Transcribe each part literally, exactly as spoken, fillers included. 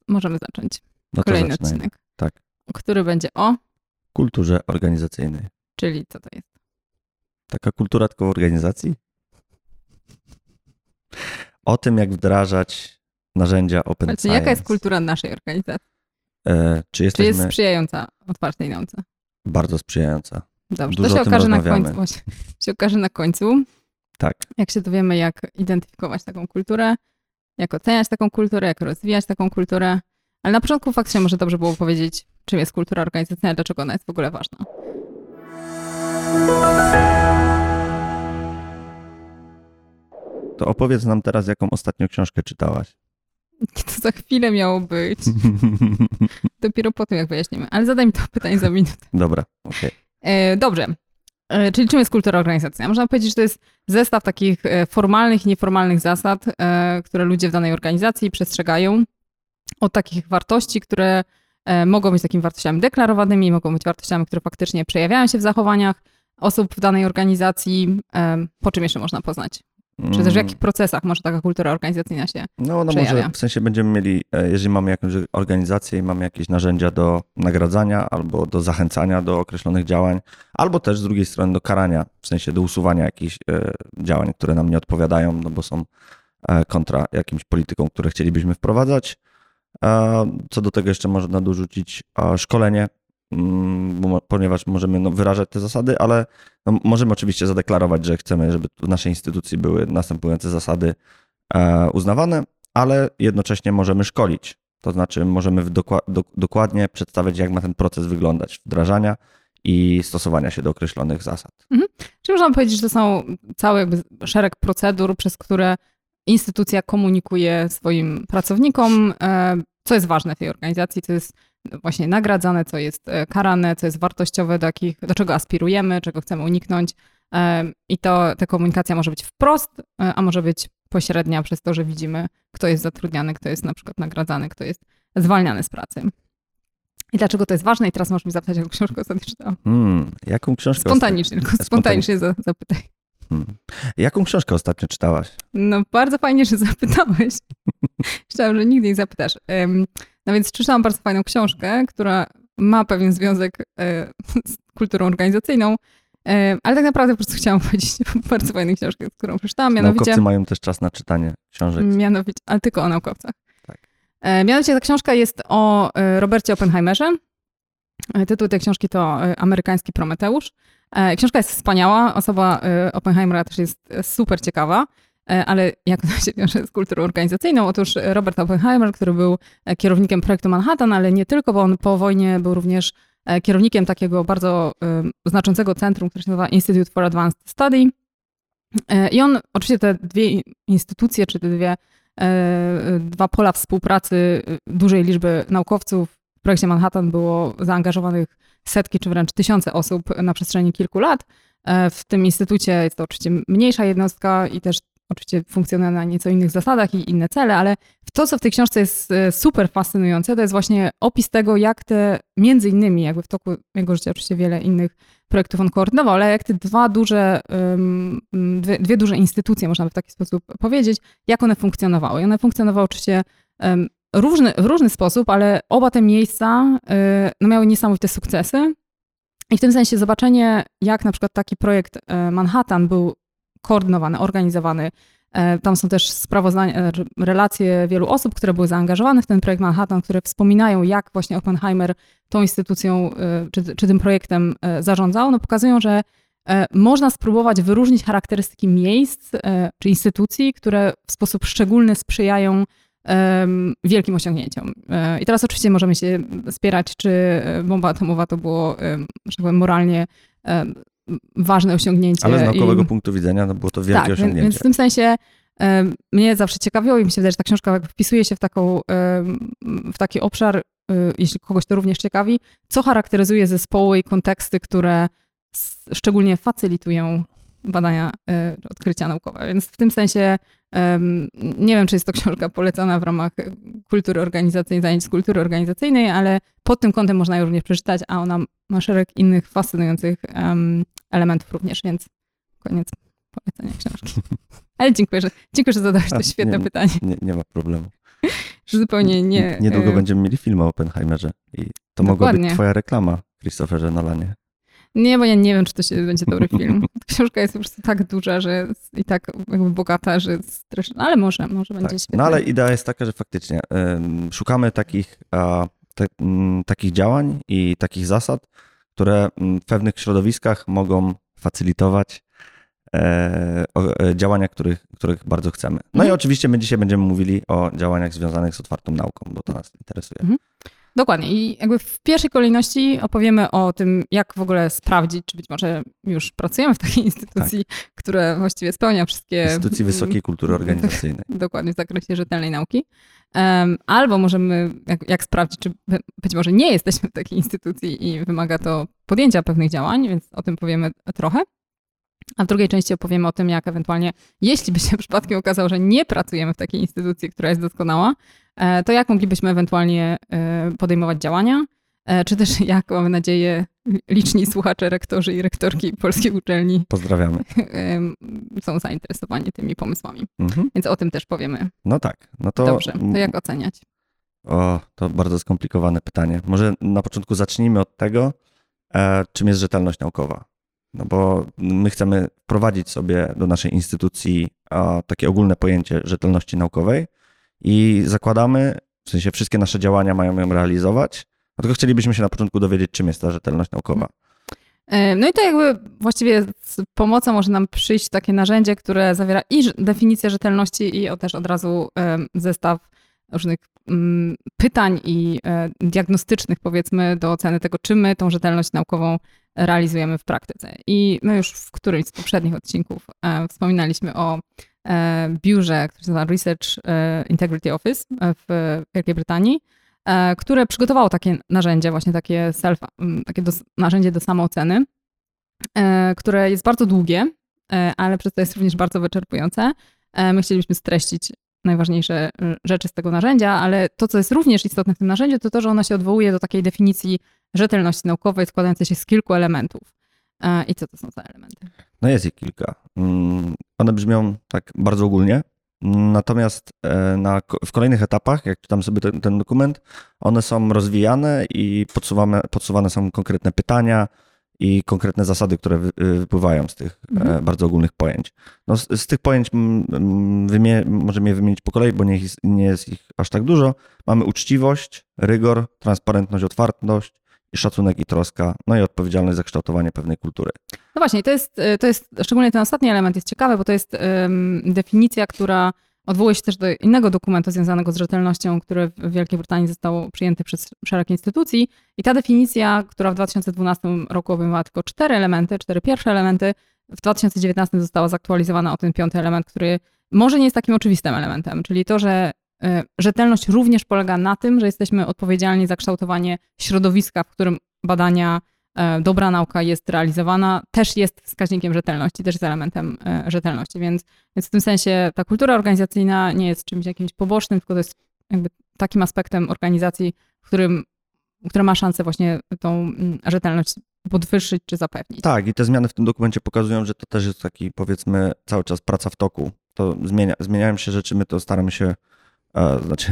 możemy zacząć. No Kolejny zaczynajmy. odcinek. Tak. Który będzie o... Kulturze organizacyjnej. Czyli co to jest? Taka kultura tylko organizacji? O tym, jak wdrażać narzędzia open Znaczy, science. jaka jest kultura naszej organizacji? E, czy Czy jesteśmy jest sprzyjająca otwartej nauce? bardzo sprzyjająca? Dobrze, Dużo to się o tym okaże na rozmawiamy. końcu. Właśnie, się okaże na końcu, Tak. jak się dowiemy, jak identyfikować taką kulturę, jak oceniać taką kulturę, jak rozwijać taką kulturę. Ale na początku faktycznie może dobrze było powiedzieć, czym jest kultura organizacyjna, dlaczego ona jest w ogóle ważna. To opowiedz nam teraz, jaką ostatnio książkę czytałaś. To za chwilę miało być. Dopiero po tym, jak wyjaśnimy. Ale zadaj mi to pytanie za minutę. Dobra, okej. E, dobrze. E, czyli czym jest kultura organizacyjna? Można powiedzieć, że to jest zestaw takich e, formalnych i nieformalnych zasad, e, które ludzie w danej organizacji przestrzegają. Od takich wartości, które e, mogą być takimi wartościami deklarowanymi, mogą być wartościami, które faktycznie przejawiają się w zachowaniach osób w danej organizacji. E, po czym jeszcze można poznać? Czy też w jakich procesach może taka kultura organizacyjna się No, no przejawia? może w sensie będziemy mieli, e, jeżeli mamy jakąś organizację i mamy jakieś narzędzia do nagradzania albo do zachęcania do określonych działań, albo też z drugiej strony do karania, w sensie do usuwania jakichś e, działań, które nam nie odpowiadają, no bo są e, kontra jakimś politykom, które chcielibyśmy wprowadzać. E, co do tego jeszcze można dorzucić e, szkolenie, mm, bo, ponieważ możemy no, wyrażać te zasady, ale no, możemy oczywiście zadeklarować, że chcemy, żeby w naszej instytucji były następujące zasady e, uznawane, ale jednocześnie możemy szkolić. To znaczy możemy w dokła- do, dokładnie przedstawiać, jak ma ten proces wyglądać wdrażania i stosowania się do określonych zasad. Mhm. Czy można powiedzieć, że to są cały jakby szereg procedur, przez które instytucja komunikuje swoim pracownikom, e, co jest ważne w tej organizacji, co jest właśnie nagradzane, co jest e, karane, co jest wartościowe, do, jakich, do czego aspirujemy, czego chcemy uniknąć. E, I to ta komunikacja może być wprost, e, a może być pośrednia przez to, że widzimy, kto jest zatrudniany, kto jest na przykład nagradzany, kto jest zwalniany z pracy. I dlaczego to jest ważne? I teraz możesz mi zapytać, jaką książkę ostatnio czytałam. Hmm, jaką książkę Spontanicznie, ostatnio... tylko spontanicznie za- zapytaj. Hmm. Jaką książkę ostatnio czytałaś? No bardzo fajnie, że zapytałeś. Myślałam, że nigdy nie zapytasz. Um, no więc przeczytałam bardzo fajną książkę, która ma pewien związek e, z kulturą organizacyjną, e, ale tak naprawdę po prostu chciałam powiedzieć o bardzo fajnej książkę, którą przeczytałam. Mianowicie, Naukowcy mają też czas na czytanie książek. mianowicie, ale tylko o naukowcach. Tak. E, mianowicie ta książka jest o e, Robercie Oppenheimerze. E, tytuł tej książki to e, Amerykański Prometeusz. E, książka jest wspaniała. Osoba e, Oppenheimera też jest super ciekawa. Ale jak to się wiąże z kulturą organizacyjną? Otóż Robert Oppenheimer, który był kierownikiem projektu Manhattan, ale nie tylko, bo on po wojnie był również kierownikiem takiego bardzo um, znaczącego centrum, które się nazywa Institute for Advanced Study. I on, oczywiście te dwie instytucje, czy te dwie, e, dwa pola współpracy dużej liczby naukowców w projekcie Manhattan było zaangażowanych setki, czy wręcz tysiące osób na przestrzeni kilku lat. W tym instytucie jest to oczywiście mniejsza jednostka i też oczywiście funkcjonuje na nieco innych zasadach i inne cele, ale to, co w tej książce jest super fascynujące, to jest właśnie opis tego, jak te, między innymi, jakby w toku jego życia oczywiście wiele innych projektów on koordynował, ale jak te dwa duże, dwie, dwie duże instytucje, można by w taki sposób powiedzieć, jak one funkcjonowały. I one funkcjonowały oczywiście różny, w różny sposób, ale oba te miejsca no, miały niesamowite sukcesy. I w tym sensie zobaczenie, jak na przykład taki projekt Manhattan był koordynowany, organizowany. Tam są też sprawozdania, relacje wielu osób, które były zaangażowane w ten projekt Manhattan, które wspominają, jak właśnie Oppenheimer tą instytucją czy, czy tym projektem zarządzał. No pokazują, że można spróbować wyróżnić charakterystyki miejsc czy instytucji, które w sposób szczególny sprzyjają wielkim osiągnięciom. I teraz oczywiście możemy się spierać, czy bomba atomowa to było, że tak powiem, moralnie ważne osiągnięcie. Ale z naukowego I... punktu widzenia no było to wielkie tak, osiągnięcie. Więc w tym sensie um, mnie zawsze ciekawiło i mi się wydaje, że ta książka wpisuje się w, taką, um, w taki obszar, um, jeśli kogoś to również ciekawi, co charakteryzuje zespoły i konteksty, które s- szczególnie facylitują badania, um, odkrycia naukowe. Więc w tym sensie um, nie wiem, czy jest to książka polecana w ramach kultury organizacyjnej, zajęć z kultury organizacyjnej, ale pod tym kątem można ją również przeczytać, a ona ma szereg innych fascynujących um, elementów również, więc koniec polecenia książki. Ale dziękuję, że, dziękuję, że zadałeś to A, świetne nie, pytanie. Nie, nie ma problemu. Że zupełnie nie... Niedługo będziemy mieli film o Oppenheimerze i to Dokładnie. mogła być twoja reklama, Christopherze Nolanie. Nie, bo ja nie wiem, czy to się będzie dobry film. Książka jest po prostu tak duża, że jest i tak jakby bogata, że jest straszna, ale może, może będzie Tak. świetnie. No ale idea jest taka, że faktycznie ym, szukamy takich, a, te, ym, takich działań i takich zasad, które w pewnych środowiskach mogą facylitować e, o, e, działania, których, których bardzo chcemy. No Mhm. i oczywiście my dzisiaj będziemy mówili o działaniach związanych z otwartą nauką, bo to nas interesuje. Mhm. Dokładnie. I jakby w pierwszej kolejności opowiemy o tym, jak w ogóle sprawdzić, czy być może już pracujemy w takiej instytucji, tak. która właściwie spełnia wszystkie... Instytucji wysokiej kultury organizacyjnej. Dokładnie, w zakresie rzetelnej nauki. Um, albo możemy, jak, jak sprawdzić, czy być może nie jesteśmy w takiej instytucji i wymaga to podjęcia pewnych działań, więc o tym powiemy trochę. A w drugiej części opowiemy o tym, jak ewentualnie, jeśli by się przypadkiem okazało, że nie pracujemy w takiej instytucji, która jest doskonała, to jak moglibyśmy ewentualnie podejmować działania, czy też jak, mamy nadzieję, liczni słuchacze, rektorzy i rektorki polskich uczelni pozdrawiamy, są zainteresowani tymi pomysłami. Mhm. Więc o tym też powiemy. No tak. No to, Dobrze, to jak oceniać? O, to bardzo skomplikowane pytanie. Może na początku zacznijmy od tego, e, czym jest rzetelność naukowa. No bo my chcemy wprowadzić sobie do naszej instytucji a, takie ogólne pojęcie rzetelności naukowej i zakładamy, w sensie wszystkie nasze działania mają ją realizować, no tylko chcielibyśmy się na początku dowiedzieć, czym jest ta rzetelność naukowa. No i to jakby właściwie z pomocą może nam przyjść takie narzędzie, które zawiera i definicję rzetelności i też od razu zestaw różnych pytań i diagnostycznych, powiedzmy, do oceny tego, czy my tą rzetelność naukową realizujemy w praktyce. I my już w którymś z poprzednich odcinków wspominaliśmy o biurze, które się nazywa Research Integrity Office w Wielkiej Brytanii, które przygotowało takie narzędzie, właśnie takie self, takie do, narzędzie do samooceny, które jest bardzo długie, ale przez to jest również bardzo wyczerpujące. My chcielibyśmy streścić najważniejsze rzeczy z tego narzędzia, ale to, co jest również istotne w tym narzędziu, to to, że ono się odwołuje do takiej definicji rzetelności naukowej składającej się z kilku elementów. I co to są za elementy? No jest ich kilka. One brzmią tak bardzo ogólnie, natomiast na, w kolejnych etapach, jak czytam sobie ten, ten dokument, one są rozwijane i podsuwane, podsuwane są konkretne pytania i konkretne zasady, które wy, wypływają z tych mhm. bardzo ogólnych pojęć. No z, z tych pojęć wymie, możemy je wymienić po kolei, bo nie, nie jest ich aż tak dużo. Mamy uczciwość, rygor, transparentność, otwartość, i szacunek i troska, no i odpowiedzialność za kształtowanie pewnej kultury. No właśnie, to jest, to jest szczególnie ten ostatni element jest ciekawy, bo to jest um, definicja, która odwołuje się też do innego dokumentu związanego z rzetelnością, który w Wielkiej Brytanii został przyjęty przez szereg instytucji. I ta definicja, która w dwa tysiące dwunastym roku obejmowała tylko cztery elementy, cztery pierwsze elementy, w dwa tysiące dziewiętnastym została zaktualizowana o ten piąty element, który może nie jest takim oczywistym elementem, czyli to, że rzetelność również polega na tym, że jesteśmy odpowiedzialni za kształtowanie środowiska, w którym badania, dobra nauka jest realizowana, też jest wskaźnikiem rzetelności, też jest elementem rzetelności. Więc, więc w tym sensie ta kultura organizacyjna nie jest czymś jakimś pobocznym, tylko to jest jakby takim aspektem organizacji, w którym, która ma szansę właśnie tą rzetelność podwyższyć czy zapewnić. Tak, i te zmiany w tym dokumencie pokazują, że to też jest taki, powiedzmy, cały czas praca w toku. To zmienia, zmieniają się rzeczy, my to staramy się Znaczy,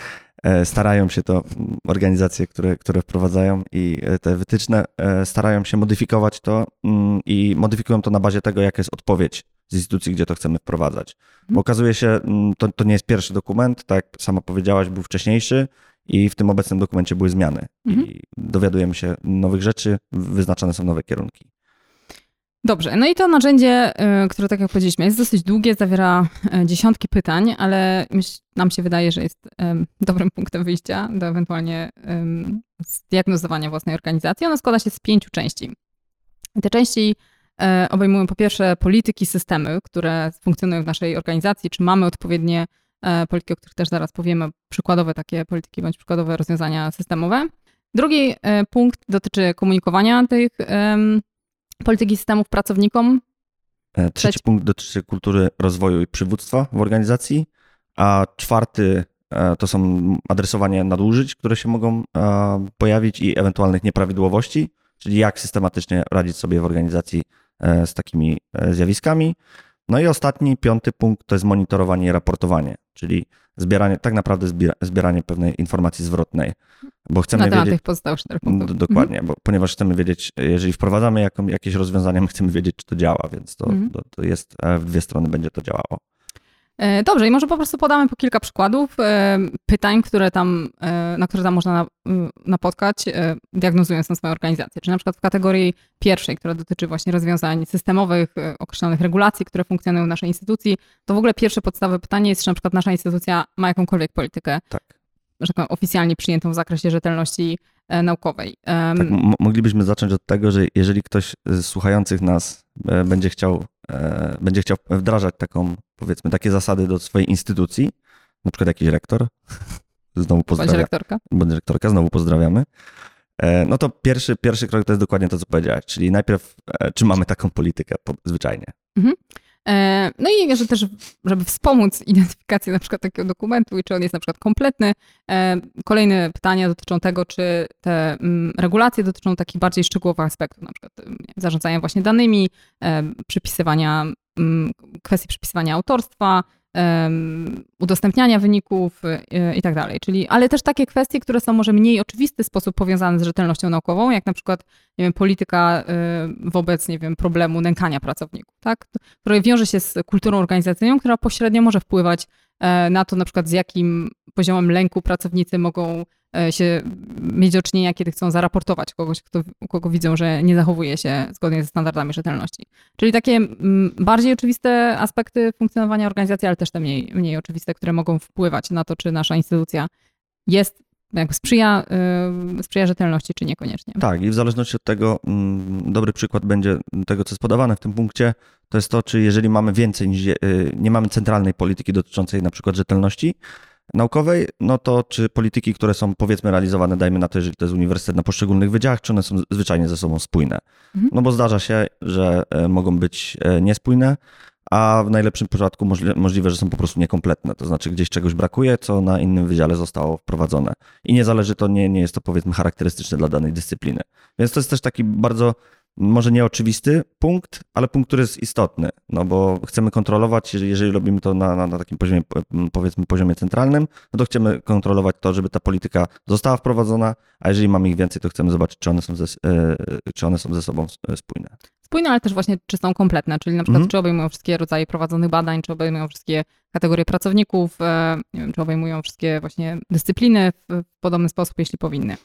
starają się to organizacje, które, które wprowadzają i te wytyczne starają się modyfikować to i modyfikują to na bazie tego, jaka jest odpowiedź z instytucji, gdzie to chcemy wprowadzać. Bo okazuje się, to, to nie jest pierwszy dokument, tak jak sama powiedziałaś, był wcześniejszy i w tym obecnym dokumencie były zmiany. Mhm. I dowiadujemy się nowych rzeczy, wyznaczane są nowe kierunki. Dobrze, no i to narzędzie, które tak jak powiedzieliśmy, jest dosyć długie, zawiera dziesiątki pytań, ale myśl, nam się wydaje, że jest dobrym punktem wyjścia do ewentualnie zdiagnozowania własnej organizacji. Ono składa się z pięciu części. Te części obejmują po pierwsze polityki, systemy, które funkcjonują w naszej organizacji, czy mamy odpowiednie polityki, o których też zaraz powiemy, przykładowe takie polityki bądź przykładowe rozwiązania systemowe. Drugi punkt dotyczy komunikowania tych polityki systemów pracownikom. Trzeci Trzeci punkt dotyczy kultury rozwoju i przywództwa w organizacji, a czwarty to są adresowanie nadużyć, które się mogą pojawić i ewentualnych nieprawidłowości, czyli jak systematycznie radzić sobie w organizacji z takimi zjawiskami. No i ostatni, piąty punkt to jest monitorowanie i raportowanie, czyli zbieranie, tak naprawdę zbiera, zbieranie pewnej informacji zwrotnej, bo chcemy Na temat wiedzieć... tych pozostałych czterech punktów. Dokładnie, Mhm. bo, ponieważ chcemy wiedzieć, jeżeli wprowadzamy jaką, jakieś rozwiązania, my chcemy wiedzieć, czy to działa, więc to, Mhm. to, to jest, w dwie strony będzie to działało. Dobrze, i może po prostu podamy po kilka przykładów pytań, które tam, na które tam można napotkać, diagnozując na swoją organizację. Czyli na przykład w kategorii pierwszej, która dotyczy właśnie rozwiązań systemowych, określonych regulacji, które funkcjonują w naszej instytucji, to w ogóle pierwsze podstawowe pytanie jest, czy na przykład nasza instytucja ma jakąkolwiek politykę, Tak. że tak powiem, oficjalnie przyjętą w zakresie rzetelności naukowej. Tak, m- moglibyśmy zacząć od tego, że jeżeli ktoś z słuchających nas e, będzie chciał, e, będzie chciał wdrażać taką, powiedzmy, takie zasady do swojej instytucji, na przykład jakiś rektor, znowu pozdrawiam, rektorka. bądź rektorka, znowu pozdrawiamy, e, no to pierwszy, pierwszy krok to jest dokładnie to, co powiedziałaś, czyli najpierw, e, czy mamy taką politykę po, zwyczajnie. Mhm. No i że też, żeby wspomóc identyfikację na przykład takiego dokumentu i czy on jest na przykład kompletny. Kolejne pytania dotyczą tego, czy te regulacje dotyczą takich bardziej szczegółowych aspektów, na przykład zarządzania właśnie danymi, przypisywania, kwestii przypisywania autorstwa, udostępniania wyników i tak dalej. Czyli, ale też takie kwestie, które są może mniej oczywisty sposób powiązane z rzetelnością naukową, jak na przykład, nie wiem, polityka wobec, nie wiem, problemu nękania pracowników, tak? Które wiąże się z kulturą organizacyjną, która pośrednio może wpływać na to, na przykład z jakim poziomem lęku pracownicy mogą się mieć do czynienia, kiedy chcą zaraportować kogoś, kto, u kogo widzą, że nie zachowuje się zgodnie ze standardami rzetelności. Czyli takie bardziej oczywiste aspekty funkcjonowania organizacji, ale też te mniej, mniej oczywiste, które mogą wpływać na to, czy nasza instytucja jest, jakby sprzyja, yy, sprzyja rzetelności, czy niekoniecznie. Tak, i w zależności od tego, dobry przykład będzie tego, co jest podawane w tym punkcie, to jest to, czy jeżeli mamy więcej niż, nie mamy centralnej polityki dotyczącej na przykład rzetelności naukowej, no to czy polityki, które są powiedzmy realizowane, dajmy na to, jeżeli to jest uniwersytet na poszczególnych wydziałach, czy one są zwyczajnie ze sobą spójne. Mhm. No bo zdarza się, że mogą być niespójne, a w najlepszym przypadku możli- możliwe, że są po prostu niekompletne, to znaczy gdzieś czegoś brakuje, co na innym wydziale zostało wprowadzone. I nie zależy to, nie, nie jest to powiedzmy charakterystyczne dla danej dyscypliny. Więc to jest też taki bardzo, może nieoczywisty punkt, ale punkt, który jest istotny, no bo chcemy kontrolować, jeżeli, jeżeli robimy to na, na, na takim poziomie, powiedzmy poziomie centralnym, no to chcemy kontrolować to, żeby ta polityka została wprowadzona, a jeżeli mamy ich więcej, to chcemy zobaczyć, czy one są ze, czy one są ze sobą spójne. Spójne, ale też właśnie czy są kompletne, czyli na przykład Mhm. czy obejmują wszystkie rodzaje prowadzonych badań, czy obejmują wszystkie kategorie pracowników, nie wiem, czy obejmują wszystkie właśnie dyscypliny w podobny sposób, jeśli powinny.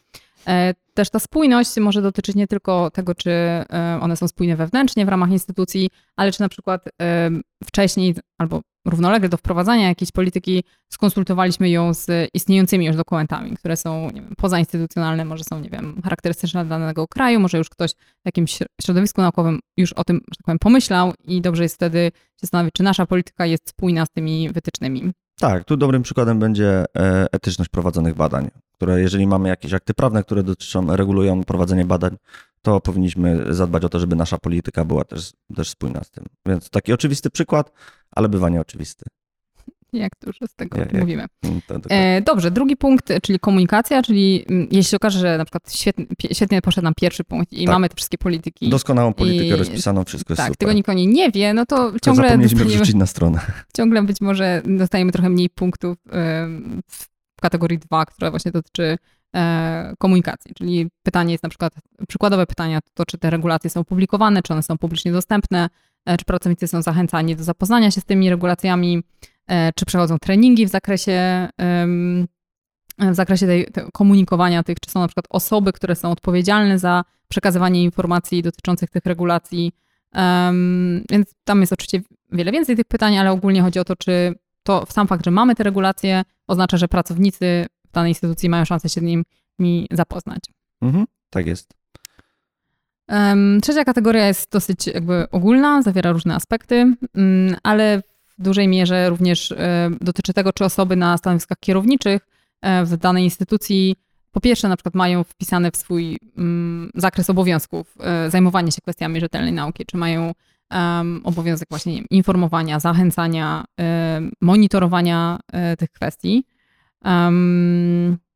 Też ta spójność może dotyczyć nie tylko tego, czy one są spójne wewnętrznie w ramach instytucji, ale czy na przykład wcześniej albo równolegle do wprowadzania jakiejś polityki skonsultowaliśmy ją z istniejącymi już dokumentami, które są, nie wiem, pozainstytucjonalne, może są, nie wiem, charakterystyczne dla danego kraju, może już ktoś w jakimś środowisku naukowym już o tym, że tak powiem, pomyślał i dobrze jest wtedy się zastanowić, czy nasza polityka jest spójna z tymi wytycznymi. Tak, tu dobrym przykładem będzie etyczność prowadzonych badań, które jeżeli mamy jakieś akty prawne, które dotyczą, regulują prowadzenie badań, to powinniśmy zadbać o to, żeby nasza polityka była też, też spójna z tym. Więc taki oczywisty przykład, ale bywa nieoczywisty. Jak dużo z tego jak, mówimy. To, to, e, dobrze, drugi punkt, czyli komunikacja, czyli jeśli okaże, że na przykład świetnie, świetnie poszedł nam pierwszy punkt i tak. mamy te wszystkie polityki. Doskonałą politykę i, rozpisaną, wszystko jest tak, super. Tak, tego nikt o niej nie wie, no to Tylko ciągle zapomnieliśmy wrzucić na stronę. Ciągle być może dostajemy trochę mniej punktów w kategorii dwa, która właśnie dotyczy komunikacji. Czyli pytanie jest na przykład, przykładowe pytania to, czy te regulacje są publikowane, czy one są publicznie dostępne, czy pracownicy są zachęcani do zapoznania się z tymi regulacjami, czy przechodzą treningi w zakresie, w zakresie tej, tej komunikowania tych, czy są na przykład osoby, które są odpowiedzialne za przekazywanie informacji dotyczących tych regulacji. Więc tam jest oczywiście wiele więcej tych pytań, ale ogólnie chodzi o to, czy to sam fakt, że mamy te regulacje, oznacza, że pracownicy w danej instytucji mają szansę się z nimi zapoznać. Mhm, tak jest. Trzecia kategoria jest dosyć jakby ogólna, zawiera różne aspekty, ale w dużej mierze również dotyczy tego, czy osoby na stanowiskach kierowniczych w danej instytucji po pierwsze na przykład mają wpisane w swój zakres obowiązków zajmowanie się kwestiami rzetelnej nauki, czy mają obowiązek właśnie, nie wiem, informowania, zachęcania, monitorowania tych kwestii.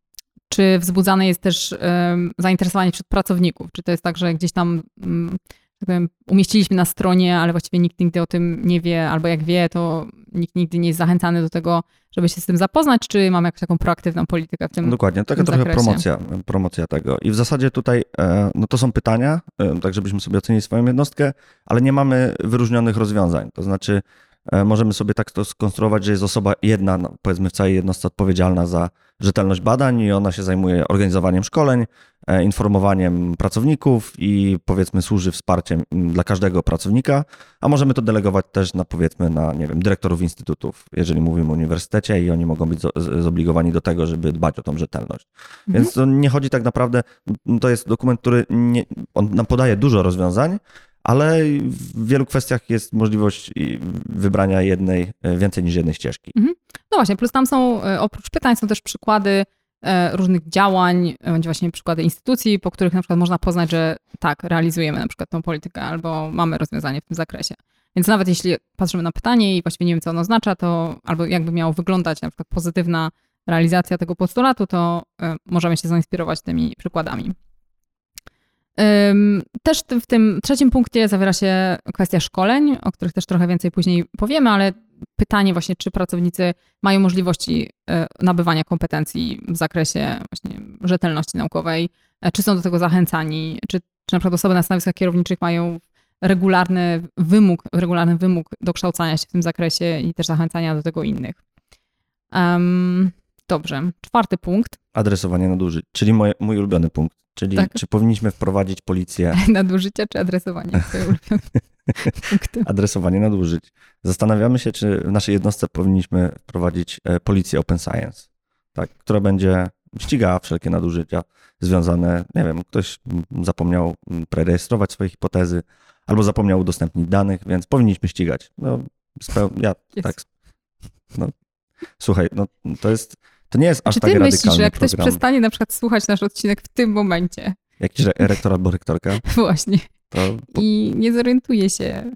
Czy wzbudzane jest też zainteresowanie wśród pracowników? Czy to jest tak, że gdzieś tam tak powiem, umieściliśmy na stronie, ale właściwie nikt nigdy o tym nie wie, albo jak wie, to nikt nigdy nie jest zachęcany do tego, żeby się z tym zapoznać, czy mamy jakąś taką proaktywną politykę w tym Dokładnie, taka tym trochę zakresie? promocja, promocja tego. I w zasadzie tutaj no to są pytania, tak żebyśmy sobie ocenili swoją jednostkę, ale nie mamy wyróżnionych rozwiązań. To znaczy możemy sobie tak to skonstruować, że jest osoba jedna, no powiedzmy w całej jednostce odpowiedzialna za rzetelność badań i ona się zajmuje organizowaniem szkoleń, informowaniem pracowników i powiedzmy służy wsparciem dla każdego pracownika, a możemy to delegować też na powiedzmy na, nie wiem, dyrektorów instytutów, jeżeli mówimy o uniwersytecie i oni mogą być zobligowani do tego, żeby dbać o tą rzetelność. Mhm. Więc to nie chodzi tak naprawdę, to jest dokument, który nie, on nam podaje dużo rozwiązań, ale w wielu kwestiach jest możliwość wybrania jednej, więcej niż jednej ścieżki. Mhm. No właśnie, plus tam są, oprócz pytań są też przykłady różnych działań, bądź właśnie przykłady instytucji, po których na przykład można poznać, że tak, realizujemy na przykład tą politykę albo mamy rozwiązanie w tym zakresie. Więc nawet jeśli patrzymy na pytanie i właściwie nie wiem, co ono oznacza, to albo jakby miało wyglądać na przykład pozytywna realizacja tego postulatu, to możemy się zainspirować tymi przykładami. Też w tym trzecim punkcie zawiera się kwestia szkoleń, o których też trochę więcej później powiemy, ale pytanie właśnie, czy pracownicy mają możliwości nabywania kompetencji w zakresie właśnie rzetelności naukowej, czy są do tego zachęcani, czy, czy na przykład osoby na stanowiskach kierowniczych mają regularny wymóg, regularny wymóg dokształcania się w tym zakresie i też zachęcania do tego innych. Um, dobrze, czwarty punkt. Adresowanie nadużyć, czyli moje, mój ulubiony punkt. Czyli tak. Czy powinniśmy wprowadzić policję... Nadużycia czy adresowanie? Adresowanie nadużyć. Zastanawiamy się, czy w naszej jednostce powinniśmy wprowadzić policję Open Science, tak, która będzie ścigała wszelkie nadużycia związane, nie wiem, ktoś zapomniał prerejestrować swoje hipotezy albo zapomniał udostępnić danych, więc powinniśmy ścigać. No, speł... ja yes. tak. No, słuchaj, no to jest... To nie jest aż Czy tak ty radykalny myślisz, że jak program. ktoś przestanie na przykład słuchać nasz odcinek w tym momencie? Jakiś rektor albo rektorka? Właśnie. To... I nie zorientuje się,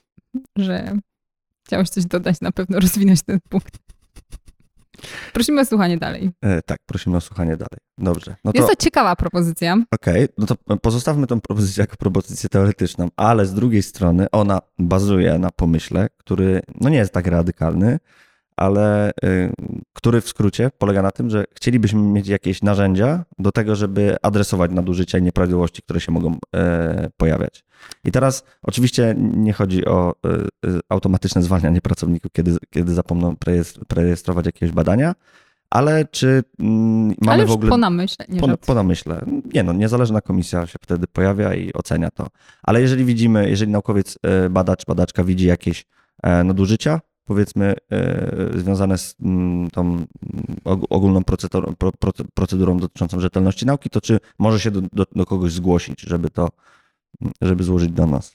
że chciałeś coś dodać, na pewno rozwinąć ten punkt. Prosimy o słuchanie dalej. E, tak, prosimy o słuchanie dalej. Dobrze. No to... Jest to ciekawa propozycja. Okej, okay, no to pozostawmy tę propozycję jako propozycję teoretyczną, ale z drugiej strony ona bazuje na pomyśle, który no nie jest tak radykalny, ale y, który w skrócie polega na tym, że chcielibyśmy mieć jakieś narzędzia do tego, żeby adresować nadużycia i nieprawidłowości, które się mogą y, pojawiać. I teraz oczywiście nie chodzi o y, y, automatyczne zwalnianie pracowników, kiedy, kiedy zapomną prerejestrować jakiegoś badania, ale czy y, mamy ale w ogóle... po namyśle. Nie po, po namyśle. Nie no, niezależna komisja się wtedy pojawia i ocenia to. Ale jeżeli widzimy, jeżeli naukowiec, y, badacz, badaczka widzi jakieś y, nadużycia, powiedzmy yy, związane z yy, tą ogólną procedurą, pro, procedurą dotyczącą rzetelności nauki, to czy może się do, do, do kogoś zgłosić, żeby to, żeby złożyć do nas?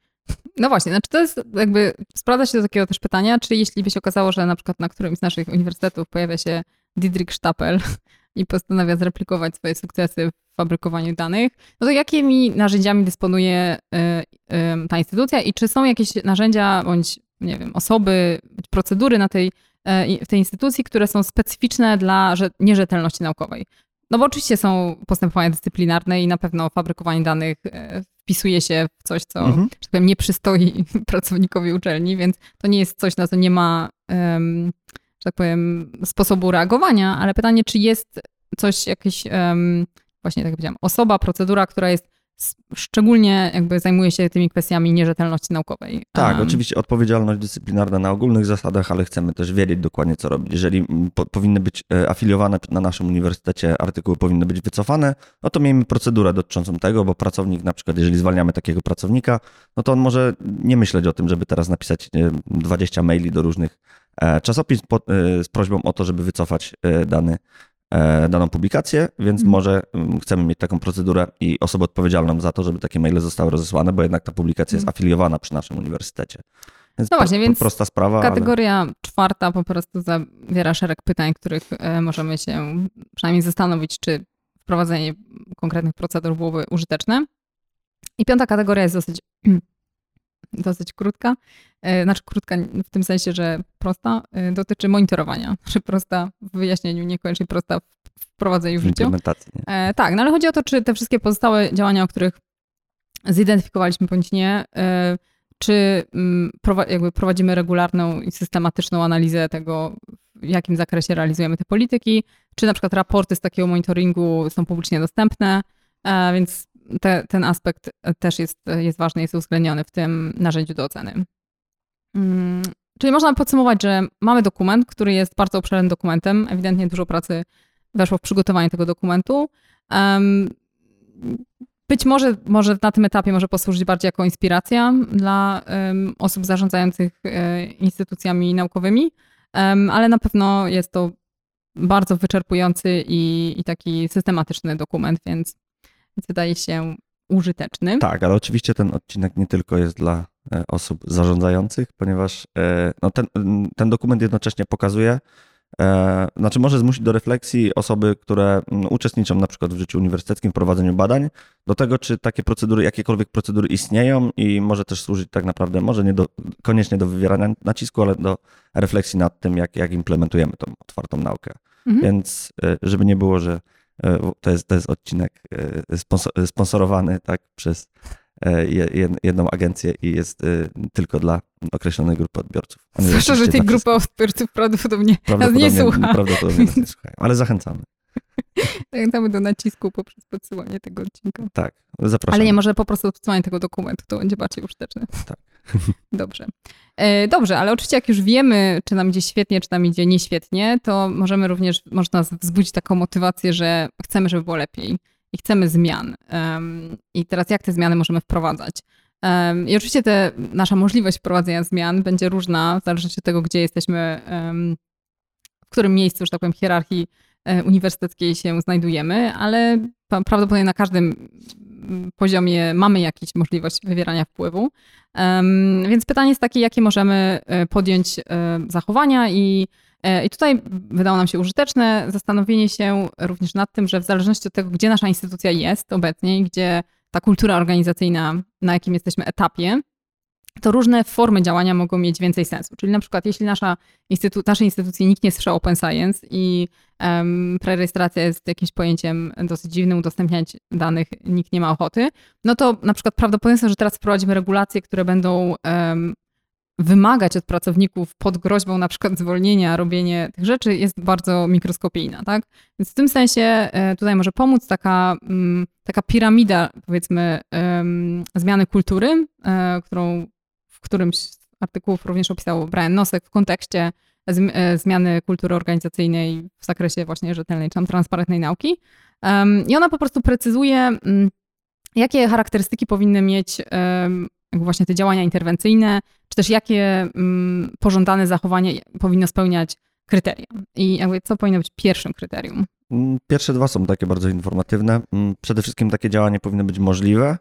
No właśnie, znaczy to jest jakby, sprowadza się do takiego też pytania, czy jeśli by się okazało, że na przykład na którymś z naszych uniwersytetów pojawia się Dietrich Stapel i postanawia zreplikować swoje sukcesy w fabrykowaniu danych, no to jakimi narzędziami dysponuje yy, yy, ta instytucja i czy są jakieś narzędzia bądź nie wiem, osoby, procedury na tej, w tej instytucji, które są specyficzne dla nierzetelności naukowej. No bo oczywiście są postępowania dyscyplinarne i na pewno fabrykowanie danych wpisuje się w coś, co mhm. że tak powiem, nie przystoi pracownikowi uczelni, więc to nie jest coś, na co nie ma, że tak powiem, sposobu reagowania, ale pytanie, czy jest coś, jakiś, właśnie tak jak powiedziałam, osoba, procedura, która jest szczególnie jakby zajmuje się tymi kwestiami nierzetelności naukowej. Tak, um. oczywiście odpowiedzialność dyscyplinarna na ogólnych zasadach, ale chcemy też wiedzieć dokładnie, co robić. Jeżeli po, powinny być afiliowane na naszym uniwersytecie, artykuły powinny być wycofane, no to miejmy procedurę dotyczącą tego, bo pracownik na przykład, jeżeli zwalniamy takiego pracownika, no to on może nie myśleć o tym, żeby teraz napisać dwadzieścia maili do różnych czasopism z prośbą o to, żeby wycofać dany daną publikację, więc hmm. może chcemy mieć taką procedurę i osobę odpowiedzialną za to, żeby takie maile zostały rozesłane, bo jednak ta publikacja hmm. jest afiliowana przy naszym uniwersytecie. Więc no właśnie, pro, więc prosta sprawa. kategoria ale... czwarta po prostu zawiera szereg pytań, których możemy się przynajmniej zastanowić, czy wprowadzenie konkretnych procedur byłoby użyteczne. I piąta kategoria jest dosyć dosyć krótka, znaczy krótka w tym sensie, że prosta, dotyczy monitorowania. Znaczy prosta w wyjaśnieniu, niekoniecznie prosta w wprowadzeniu w życiu. Implementacji. Nie? E, tak, no ale chodzi o to, czy te wszystkie pozostałe działania, o których zidentyfikowaliśmy bądź nie, czy jakby prowadzimy regularną i systematyczną analizę tego, w jakim zakresie realizujemy te polityki, czy na przykład raporty z takiego monitoringu są publicznie dostępne, więc te, ten aspekt też jest, jest ważny, jest uwzględniony w tym narzędziu do oceny. Czyli można podsumować, że mamy dokument, który jest bardzo obszernym dokumentem, ewidentnie dużo pracy weszło w przygotowanie tego dokumentu. Być może, może na tym etapie może posłużyć bardziej jako inspiracja dla um, osób zarządzających e, instytucjami naukowymi, um, ale na pewno jest to bardzo wyczerpujący i, i taki systematyczny dokument, więc, więc wydaje się użyteczny. Tak, ale oczywiście ten odcinek nie tylko jest dla e, osób zarządzających, ponieważ e, no ten, ten dokument jednocześnie pokazuje, E, znaczy może zmusić do refleksji osoby, które uczestniczą na przykład w życiu uniwersyteckim, w prowadzeniu badań, do tego, czy takie procedury, jakiekolwiek procedury istnieją i może też służyć tak naprawdę, może nie do, koniecznie do wywierania nacisku, ale do refleksji nad tym, jak, jak implementujemy tą otwartą naukę. Mhm. Więc żeby nie było, że to jest, to jest odcinek sponsorowany tak przez jedną agencję i jest tylko dla określonej grupy odbiorców. Zwłaszcza, że tej grupy odbiorców prawdopodobnie, prawdopodobnie nas nie słucha. Prawdopodobnie nas nie słuchają, ale zachęcamy. Zachęcamy do nacisku poprzez podsyłanie tego odcinka. Tak, zapraszam. Ale nie, może po prostu podsyłanie tego dokumentu, to będzie bardziej użyteczne. Tak. Dobrze. Dobrze, ale oczywiście jak już wiemy, czy nam idzie świetnie, czy nam idzie nieświetnie, to możemy również, można wzbudzić taką motywację, że chcemy, żeby było lepiej. I chcemy zmian. Um, I teraz jak te zmiany możemy wprowadzać? Um, I oczywiście te, nasza możliwość wprowadzenia zmian będzie różna w zależności od tego, gdzie jesteśmy, um, w którym miejscu, że tak powiem, hierarchii um, uniwersyteckiej się znajdujemy, ale prawdopodobnie na każdym poziomie mamy jakąś możliwość wywierania wpływu. Um, więc pytanie jest takie, jakie możemy podjąć um, zachowania i I tutaj wydało nam się użyteczne zastanowienie się również nad tym, że w zależności od tego, gdzie nasza instytucja jest obecnie, gdzie ta kultura organizacyjna, na jakim jesteśmy etapie, to różne formy działania mogą mieć więcej sensu. Czyli na przykład jeśli nasza instytu- naszej instytucji nikt nie słyszał Open Science i um, prerejestracja jest jakimś pojęciem dosyć dziwnym, udostępniać danych nikt nie ma ochoty, no to na przykład prawdopodobieństwo, że teraz wprowadzimy regulacje, które będą um, wymagać od pracowników pod groźbą na przykład zwolnienia robienie tych rzeczy jest bardzo mikroskopijna, tak? Więc w tym sensie tutaj może pomóc taka, taka piramida, powiedzmy, zmiany kultury, którą w którymś z artykułów również opisał Brian Nosek w kontekście zmiany kultury organizacyjnej w zakresie właśnie rzetelnej, czy tam transparentnej nauki. I ona po prostu precyzuje, jakie charakterystyki powinny mieć jakby właśnie te działania interwencyjne, czy też jakie mm, pożądane zachowanie powinno spełniać kryteria. I jakby co powinno być pierwszym kryterium? Pierwsze dwa są takie bardzo informatywne. Przede wszystkim takie działanie powinno być możliwe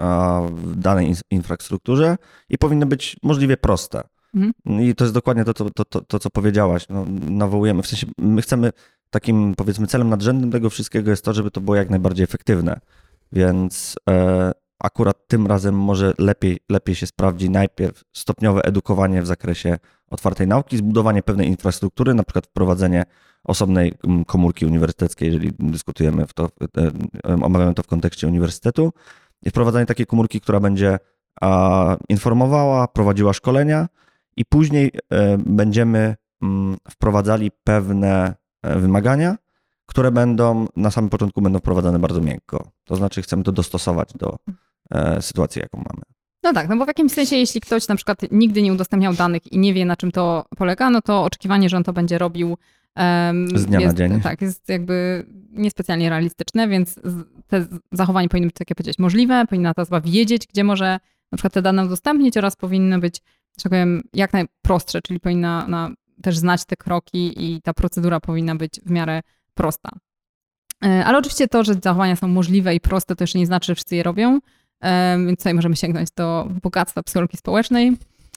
w danej infrastrukturze i powinno być możliwie proste. Mhm. I to jest dokładnie to, to, to, to co powiedziałaś. No, nawołujemy, w sensie my chcemy, takim powiedzmy celem nadrzędnym tego wszystkiego jest to, żeby to było jak najbardziej efektywne. Więc e, akurat tym razem może lepiej, lepiej się sprawdzi najpierw stopniowe edukowanie w zakresie otwartej nauki, zbudowanie pewnej infrastruktury, na przykład wprowadzenie osobnej komórki uniwersyteckiej, jeżeli dyskutujemy w to, omawiamy to w kontekście uniwersytetu, i wprowadzanie takiej komórki, która będzie informowała, prowadziła szkolenia i później będziemy wprowadzali pewne wymagania, które będą na samym początku będą wprowadzane bardzo miękko. To znaczy chcemy to dostosować do sytuacji, jaką mamy. No tak, no bo w jakimś sensie, jeśli ktoś na przykład nigdy nie udostępniał danych i nie wie, na czym to polega, no to oczekiwanie, że on to będzie robił um, z dnia jest, na dzień. Tak, jest jakby niespecjalnie realistyczne, więc te zachowania powinny być, tak jak powiedzieć, możliwe, powinna ta osoba wiedzieć, gdzie może na przykład te dane udostępnić oraz powinny być, że tak powiem, jak najprostsze, czyli powinna na, też znać te kroki i ta procedura powinna być w miarę prosta. Ale oczywiście to, że zachowania są możliwe i proste, to jeszcze nie znaczy, że wszyscy je robią. Więc tutaj możemy sięgnąć do bogactwa psychologii społecznej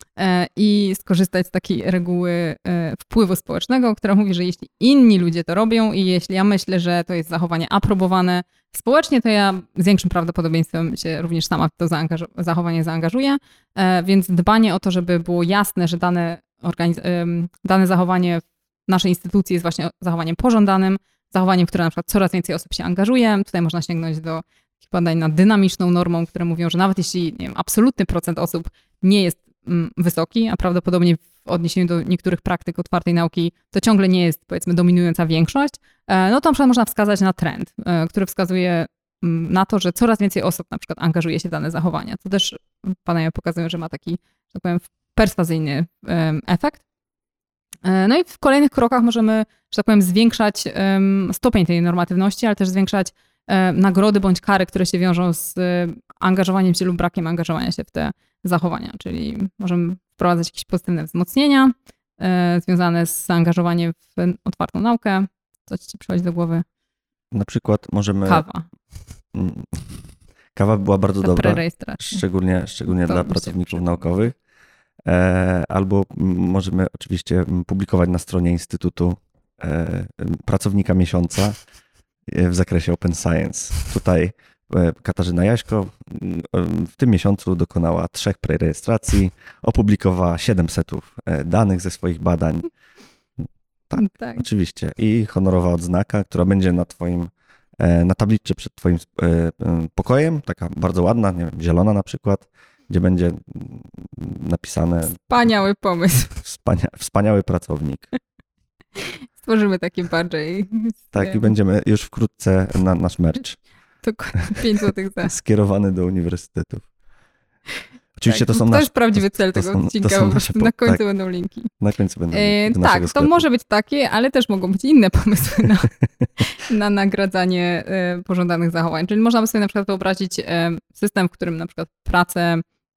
i skorzystać z takiej reguły wpływu społecznego, która mówi, że jeśli inni ludzie to robią i jeśli ja myślę, że to jest zachowanie aprobowane społecznie, to ja z większym prawdopodobieństwem się również sama w to zaangaż- zachowanie zaangażuję. Więc dbanie o to, żeby było jasne, że dane, organiz- dane zachowanie w naszej instytucji jest właśnie zachowaniem pożądanym, zachowaniem, w które na przykład coraz więcej osób się angażuje. Tutaj można sięgnąć do takich badań nad dynamiczną normą, które mówią, że nawet jeśli nie wiem, absolutny procent osób nie jest mm, wysoki, a prawdopodobnie w odniesieniu do niektórych praktyk otwartej nauki to ciągle nie jest, powiedzmy, dominująca większość, no to na przykład można wskazać na trend, który wskazuje na to, że coraz więcej osób na przykład angażuje się w dane zachowania. To też badania pokazują, że ma taki, że tak powiem, perswazyjny efekt. No i w kolejnych krokach możemy, że tak powiem, zwiększać stopień tej normatywności, ale też zwiększać nagrody bądź kary, które się wiążą z angażowaniem się lub brakiem angażowania się w te zachowania. Czyli możemy wprowadzać jakieś pozytywne wzmocnienia związane z zaangażowaniem w otwartą naukę. Co ci przychodzi do głowy? Na przykład możemy... Kawa. Kawa była bardzo Ta dobra, szczególnie, szczególnie dla pracowników naukowych. Albo możemy oczywiście publikować na stronie Instytutu pracownika miesiąca w zakresie Open Science. Tutaj Katarzyna Jaśko w tym miesiącu dokonała trzech prerejestracji, opublikowała siedem setów danych ze swoich badań. Tak, tak, oczywiście. I honorowa odznaka, która będzie na twoim, na tablicy przed twoim pokojem, taka bardzo ładna, nie wiem, zielona na przykład, gdzie będzie napisane... Wspaniały pomysł. Wspania, wspaniały pracownik. Stworzymy takie bardziej. Tak, i będziemy już wkrótce na nasz merch. To pięć złotych za. Skierowany do uniwersytetów. Oczywiście tak, to są To nasz, jest prawdziwy cel to, tego to są, odcinka, to po prostu na końcu tak, będą linki. Na końcu będą e, linki do Tak, to sklepu. może być takie, ale też mogą być inne pomysły na, na nagradzanie e, pożądanych zachowań. Czyli można by sobie na przykład wyobrazić e, system, w którym na przykład pracę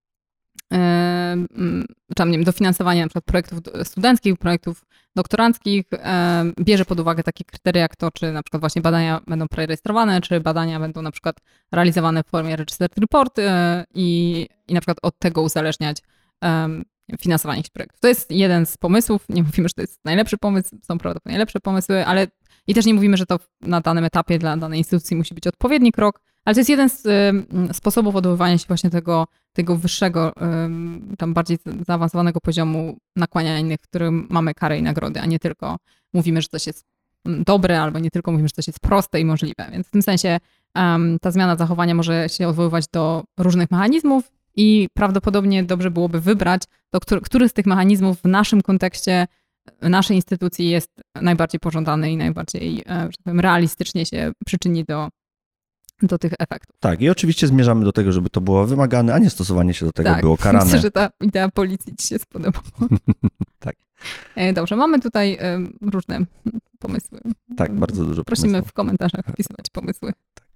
czy nie wiem, dofinansowanie na przykład projektów studenckich, projektów doktoranckich bierze pod uwagę takie kryteria jak to, czy na przykład właśnie badania będą prerejestrowane, czy badania będą na przykład realizowane w formie registered report i, i na przykład od tego uzależniać finansowanie jakichś projektów. To jest jeden z pomysłów. Nie mówimy, że to jest najlepszy pomysł, są prawdopodobnie najlepsze pomysły, ale i też nie mówimy, że to na danym etapie dla danej instytucji musi być odpowiedni krok, ale to jest jeden z y, sposobów odbywania się właśnie tego, tego wyższego, y, tam bardziej zaawansowanego poziomu nakłaniania innych, w którym mamy kary i nagrody, a nie tylko mówimy, że coś jest dobre, albo nie tylko mówimy, że coś jest proste i możliwe. Więc w tym sensie um, ta zmiana zachowania może się odwoływać do różnych mechanizmów i prawdopodobnie dobrze byłoby wybrać, to, który, który z tych mechanizmów w naszym kontekście naszej instytucji jest najbardziej pożądany i najbardziej, że tak powiem, realistycznie się przyczyni do do tych efektów. Tak, i oczywiście zmierzamy do tego, żeby to było wymagane, a nie stosowanie się do tego tak, było karane. Myślę, że ta idea policji ci się spodobała. Tak. Dobrze, mamy tutaj różne pomysły. Tak, bardzo dużo Prosimy pomysłów. w komentarzach wpisywać pomysły. Tak.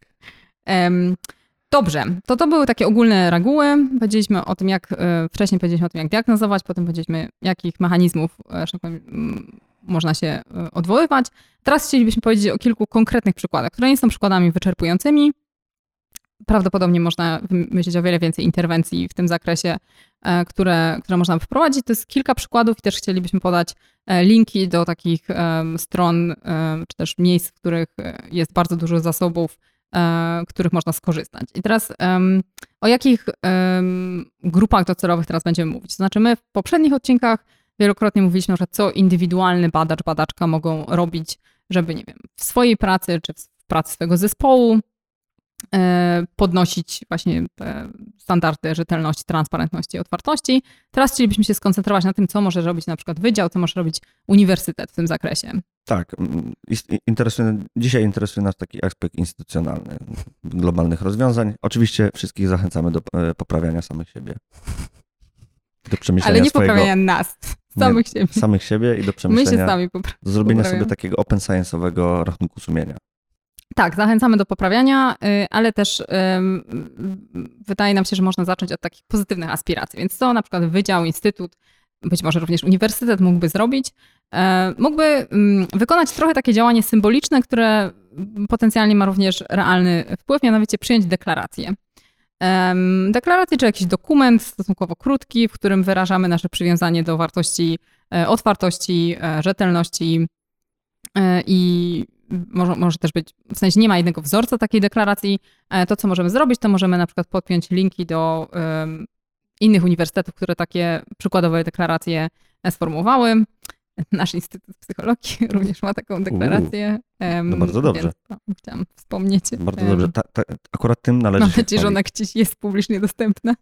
Dobrze, to to były takie ogólne reguły. Powiedzieliśmy o tym, jak wcześniej powiedzieliśmy o tym, jak diagnozować, potem powiedzieliśmy, jakich mechanizmów, że tak powiem, można się odwoływać. Teraz chcielibyśmy powiedzieć o kilku konkretnych przykładach, które nie są przykładami wyczerpującymi. Prawdopodobnie można myśleć o wiele więcej interwencji w tym zakresie, które, które można wprowadzić. To jest kilka przykładów i też chcielibyśmy podać linki do takich stron, czy też miejsc, w których jest bardzo dużo zasobów, których można skorzystać. I teraz o jakich grupach docelowych teraz będziemy mówić? To znaczy my w poprzednich odcinkach wielokrotnie mówiliśmy, że co indywidualny badacz, badaczka mogą robić, żeby, nie wiem, w swojej pracy czy w pracy swojego zespołu podnosić właśnie te standardy rzetelności, transparentności i otwartości. Teraz chcielibyśmy się skoncentrować na tym, co może robić na przykład wydział, co może robić uniwersytet w tym zakresie. Tak. Interesuje, dzisiaj interesuje nas taki aspekt instytucjonalny globalnych rozwiązań. Oczywiście wszystkich zachęcamy do poprawiania samych siebie. Do przemyślenia Ale nie swojego, poprawiania nas, samych nie, siebie. Samych siebie i do przemyślenia, My się sami popra- do zrobienia poprawiamy. sobie takiego open science'owego rachunku sumienia. Tak, zachęcamy do poprawiania, ale też wydaje nam się, że można zacząć od takich pozytywnych aspiracji. Więc co na przykład wydział, instytut, być może również uniwersytet mógłby zrobić? Mógłby wykonać trochę takie działanie symboliczne, które potencjalnie ma również realny wpływ, mianowicie przyjąć deklarację. Deklarację, czy jakiś dokument stosunkowo krótki, w którym wyrażamy nasze przywiązanie do wartości otwartości, rzetelności i może, może też być, w sensie nie ma jednego wzorca takiej deklaracji. To, co możemy zrobić, to możemy na przykład podpiąć linki do um, innych uniwersytetów, które takie przykładowe deklaracje sformułowały. nasz Instytut Psychologii również ma taką deklarację. No bardzo dobrze. Więc, no, chciałam wspomnieć. Bardzo dobrze. Ta, ta, akurat tym należy Mam się nadzieję, że ona chwalić. gdzieś jest publicznie dostępna.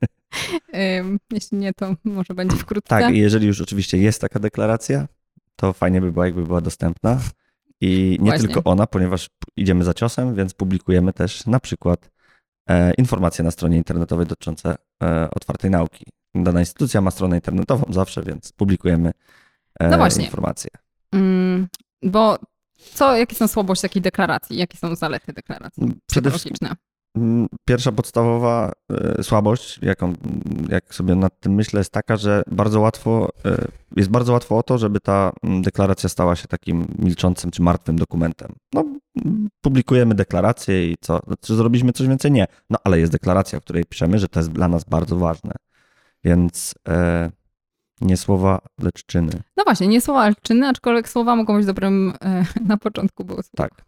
Jeśli nie, to może będzie wkrótce. Tak, i jeżeli już oczywiście jest taka deklaracja, to fajnie by było, jakby była dostępna. I nie Właśnie. tylko ona, ponieważ idziemy za ciosem, więc publikujemy też na przykład e, informacje na stronie internetowej dotyczące e, otwartej nauki. Dana instytucja ma stronę internetową zawsze, więc publikujemy e, No właśnie. informacje. Mm, bo co, jakie są słabości takiej deklaracji? Jakie są zalety deklaracji Przede psychologiczne? Mm, Pierwsza podstawowa e, słabość, jaką, jak sobie nad tym myślę, jest taka, że bardzo łatwo, e, jest bardzo łatwo o to, żeby ta mm, deklaracja stała się takim milczącym czy martwym dokumentem. No, mm, publikujemy deklarację i co? Czy zrobiliśmy coś więcej? Nie. No, ale jest deklaracja, w której piszemy, że to jest dla nas bardzo ważne. Więc e, nie słowa, lecz czyny. No właśnie, nie słowa, ale czyny, aczkolwiek słowa mogą być dobrym e, na początku było słowo. Tak.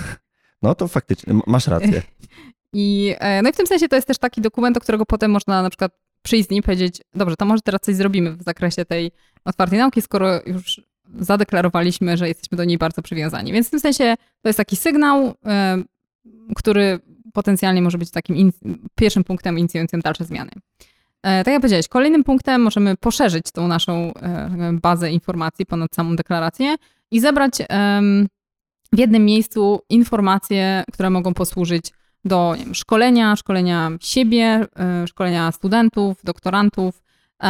No to faktycznie, m- masz rację. I, e, no i w tym sensie to jest też taki dokument, do którego potem można na przykład przyjść z nim i powiedzieć, dobrze, to może teraz coś zrobimy w zakresie tej otwartej nauki, skoro już zadeklarowaliśmy, że jesteśmy do niej bardzo przywiązani. Więc w tym sensie to jest taki sygnał, e, który potencjalnie może być takim in, pierwszym punktem inicjującym dalsze zmiany. E, tak jak powiedziałeś, kolejnym punktem możemy poszerzyć tą naszą e, bazę informacji ponad samą deklarację i zebrać em, w jednym miejscu informacje, które mogą posłużyć do nie wiem, szkolenia, szkolenia siebie, y, szkolenia studentów, doktorantów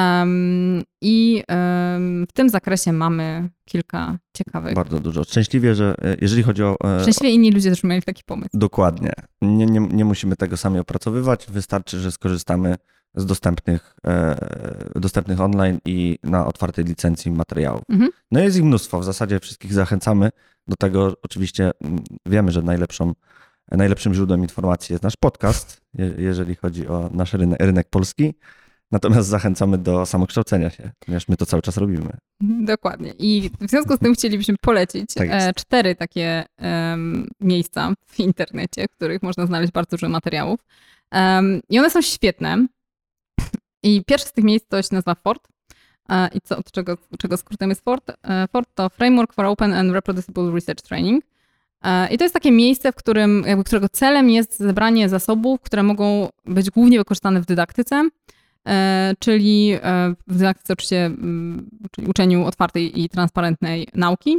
um, i um, w tym zakresie mamy kilka ciekawych. Bardzo dużo. Szczęśliwie, że e, jeżeli chodzi o... e, Szczęśliwie inni ludzie też mieli taki pomysł. Dokładnie. Nie, nie, nie musimy tego sami opracowywać. Wystarczy, że skorzystamy z dostępnych, e, dostępnych online i na otwartej licencji materiałów. Mhm. No jest ich mnóstwo. W zasadzie wszystkich zachęcamy do tego. Oczywiście mm, wiemy, że najlepszą, najlepszym źródłem informacji jest nasz podcast, je, jeżeli chodzi o nasz rynek, rynek polski. Natomiast zachęcamy do samokształcenia się, ponieważ my to cały czas robimy. Dokładnie. I w związku z tym chcielibyśmy polecić Tak jest. e, cztery takie em, miejsca w internecie, w których można znaleźć bardzo dużo materiałów. Em, I one są świetne. I pierwsze z tych miejsc to się nazywa FORT. E, I co, od czego, czego skrótem jest FORT? E, FORT to Framework for Open and Reproducible Research Training. E, I to jest takie miejsce, w którym, jakby, którego celem jest zebranie zasobów, które mogą być głównie wykorzystane w dydaktyce, e, czyli e, w dydaktyce oczywiście, m, czyli uczeniu otwartej i transparentnej nauki.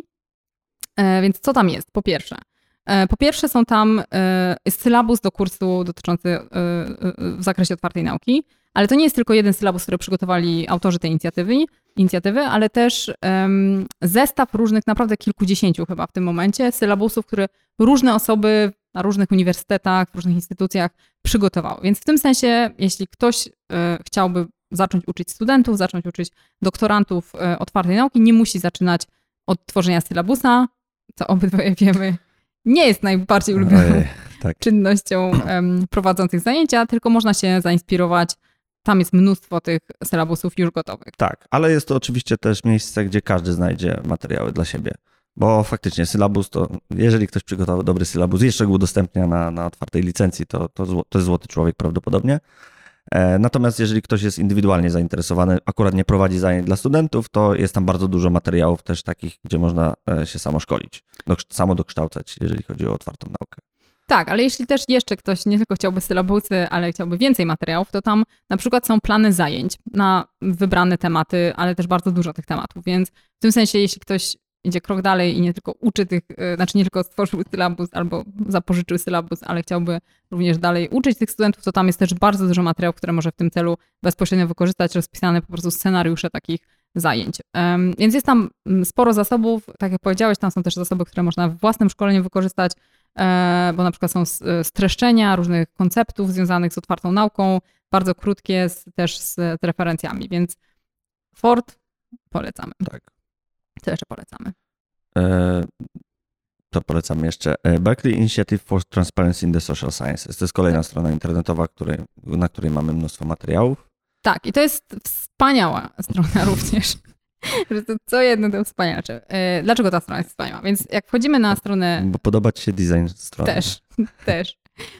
E, Więc co tam jest? Po pierwsze, e, po pierwsze są tam, e, jest sylabus do kursu dotyczący e, e, w zakresie otwartej nauki, ale to nie jest tylko jeden sylabus, który przygotowali autorzy tej inicjatywy, inicjatywy ale też um, zestaw różnych, naprawdę kilkudziesięciu chyba w tym momencie, sylabusów, które różne osoby na różnych uniwersytetach, w różnych instytucjach przygotowały. Więc w tym sensie, jeśli ktoś e, chciałby zacząć uczyć studentów, zacząć uczyć doktorantów e, otwartej nauki, nie musi zaczynać od tworzenia sylabusa, co obydwoje wiemy, nie jest najbardziej ulubioną Ojej, tak. czynnością um, prowadzących zajęcia, tylko można się zainspirować. Tam jest mnóstwo tych sylabusów już gotowych. Tak, ale jest to oczywiście też miejsce, gdzie każdy znajdzie materiały dla siebie. Bo faktycznie sylabus to, jeżeli ktoś przygotował dobry sylabus i jeszcze go udostępnia na, na otwartej licencji, to, to, zło, to jest złoty człowiek prawdopodobnie. E, natomiast jeżeli ktoś jest indywidualnie zainteresowany, akurat nie prowadzi zajęć dla studentów, to jest tam bardzo dużo materiałów też takich, gdzie można się samo szkolić, do, samo dokształcać, jeżeli chodzi o otwartą naukę. Tak, ale jeśli też jeszcze ktoś nie tylko chciałby sylabusy, ale chciałby więcej materiałów, to tam na przykład są plany zajęć na wybrane tematy, ale też bardzo dużo tych tematów, więc w tym sensie, jeśli ktoś idzie krok dalej i nie tylko uczy tych, znaczy nie tylko stworzył sylabus albo zapożyczył sylabus, ale chciałby również dalej uczyć tych studentów, to tam jest też bardzo dużo materiałów, które może w tym celu bezpośrednio wykorzystać, rozpisane po prostu scenariusze takich zajęć. Um, więc jest tam sporo zasobów, tak jak powiedziałeś, tam są też zasoby, które można w własnym szkoleniu wykorzystać, e, bo na przykład są streszczenia różnych konceptów związanych z otwartą nauką, bardzo krótkie, z, też z, z referencjami, więc FORT polecamy. Tak. Co jeszcze polecamy? E, to polecam jeszcze. Berkeley Initiative for Transparency in the Social Sciences. To jest kolejna tak. strona internetowa, której, na której mamy mnóstwo materiałów. Tak, i to jest wspaniała strona również. Że to co jedno to wspaniacze. Dlaczego ta strona jest wspaniała? Więc jak wchodzimy na stronę... Bo podoba ci się design strony. Też, też.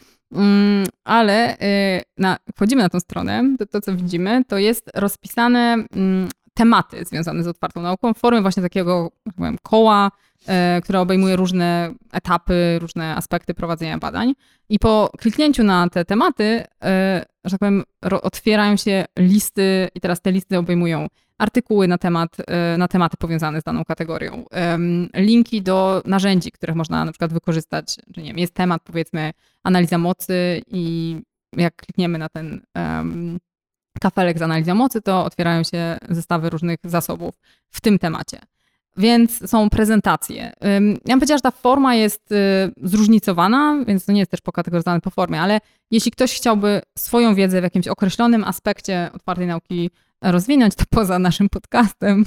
Um, ale na, wchodzimy na tą stronę, to, to co widzimy, to jest rozpisane um, tematy związane z otwartą nauką w formie właśnie takiego, jak powiem, koła, e, które obejmuje różne etapy, różne aspekty prowadzenia badań. I po kliknięciu na te tematy, e, że tak powiem, ro, otwierają się listy i teraz te listy obejmują artykuły na temat, e, na tematy powiązane z daną kategorią, e, linki do narzędzi, których można na przykład wykorzystać, że nie wiem, jest temat, powiedzmy, analiza mocy i jak klikniemy na ten um, kafelek z analizą mocy, to otwierają się zestawy różnych zasobów w tym temacie. Więc są prezentacje. Ja bym powiedziała, że ta forma jest zróżnicowana, więc to nie jest też pokategoryzowane po formie, ale jeśli ktoś chciałby swoją wiedzę w jakimś określonym aspekcie otwartej nauki rozwinąć, to poza naszym podcastem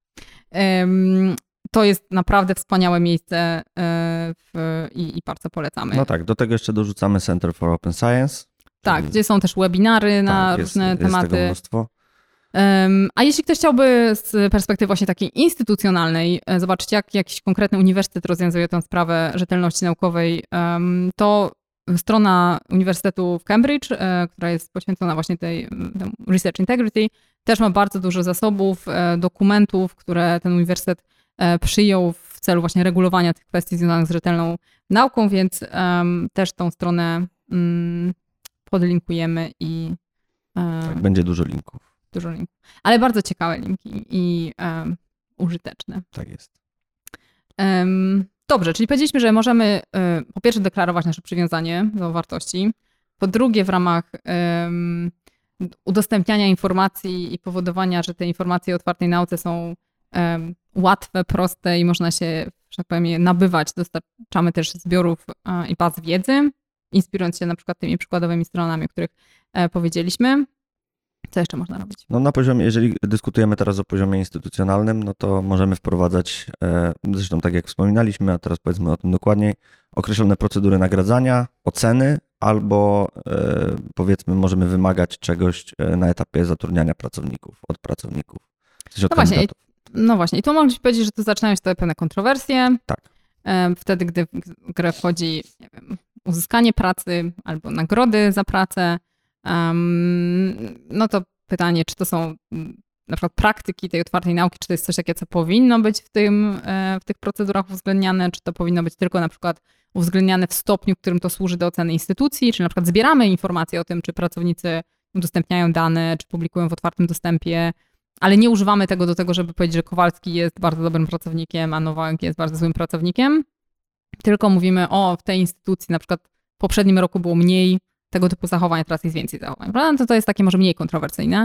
to jest naprawdę wspaniałe miejsce w, i, i bardzo polecamy. No tak, do tego jeszcze dorzucamy Center for Open Science. Tak, gdzie są też webinary na tak, różne jest, tematy. Jest tego mnóstwo. Um, a jeśli ktoś chciałby z perspektywy właśnie takiej instytucjonalnej zobaczyć, jak jakiś konkretny uniwersytet rozwiązuje tę sprawę rzetelności naukowej, um, to strona Uniwersytetu w Cambridge, e, która jest poświęcona właśnie tej, tej Research Integrity, też ma bardzo dużo zasobów, e, dokumentów, które ten uniwersytet e, przyjął w celu właśnie regulowania tych kwestii związanych z rzetelną nauką, więc um, też tą stronę um, podlinkujemy i... E, tak, będzie dużo linków. Dużo linków. Ale bardzo ciekawe linki i um, użyteczne. Tak jest. Um, dobrze, czyli powiedzieliśmy, że możemy um, po pierwsze deklarować nasze przywiązanie do wartości, po drugie w ramach um, udostępniania informacji i powodowania, że te informacje o otwartej nauce są um, łatwe, proste i można się, że tak powiem, je nabywać. Dostarczamy też zbiorów um, i baz wiedzy, inspirując się na przykład tymi przykładowymi stronami, o których um, powiedzieliśmy. Co jeszcze można robić? No na poziomie, jeżeli dyskutujemy teraz o poziomie instytucjonalnym, no to możemy wprowadzać, e, zresztą tak jak wspominaliśmy, a teraz powiedzmy o tym dokładniej, określone procedury nagradzania, oceny, albo e, powiedzmy możemy wymagać czegoś na etapie zatrudniania pracowników, od pracowników. W sensie od no, właśnie, no właśnie, i tu mogliśmy powiedzieć, że tu zaczynają się te pewne kontrowersje. Tak. E, wtedy, gdy w grę wchodzi, nie wiem, uzyskanie pracy albo nagrody za pracę, Um, no to pytanie, czy to są na przykład praktyki tej otwartej nauki, czy to jest coś takie, co powinno być w, tym, w tych procedurach uwzględniane, czy to powinno być tylko na przykład uwzględniane w stopniu, w którym to służy do oceny instytucji, czy na przykład zbieramy informacje o tym, czy pracownicy udostępniają dane, czy publikują w otwartym dostępie, ale nie używamy tego do tego, żeby powiedzieć, że Kowalski jest bardzo dobrym pracownikiem, a Nowak jest bardzo złym pracownikiem, tylko mówimy, o, w tej instytucji na przykład w poprzednim roku było mniej tego typu zachowań, teraz jest więcej zachowań, prawda? To to jest takie może mniej kontrowersyjne.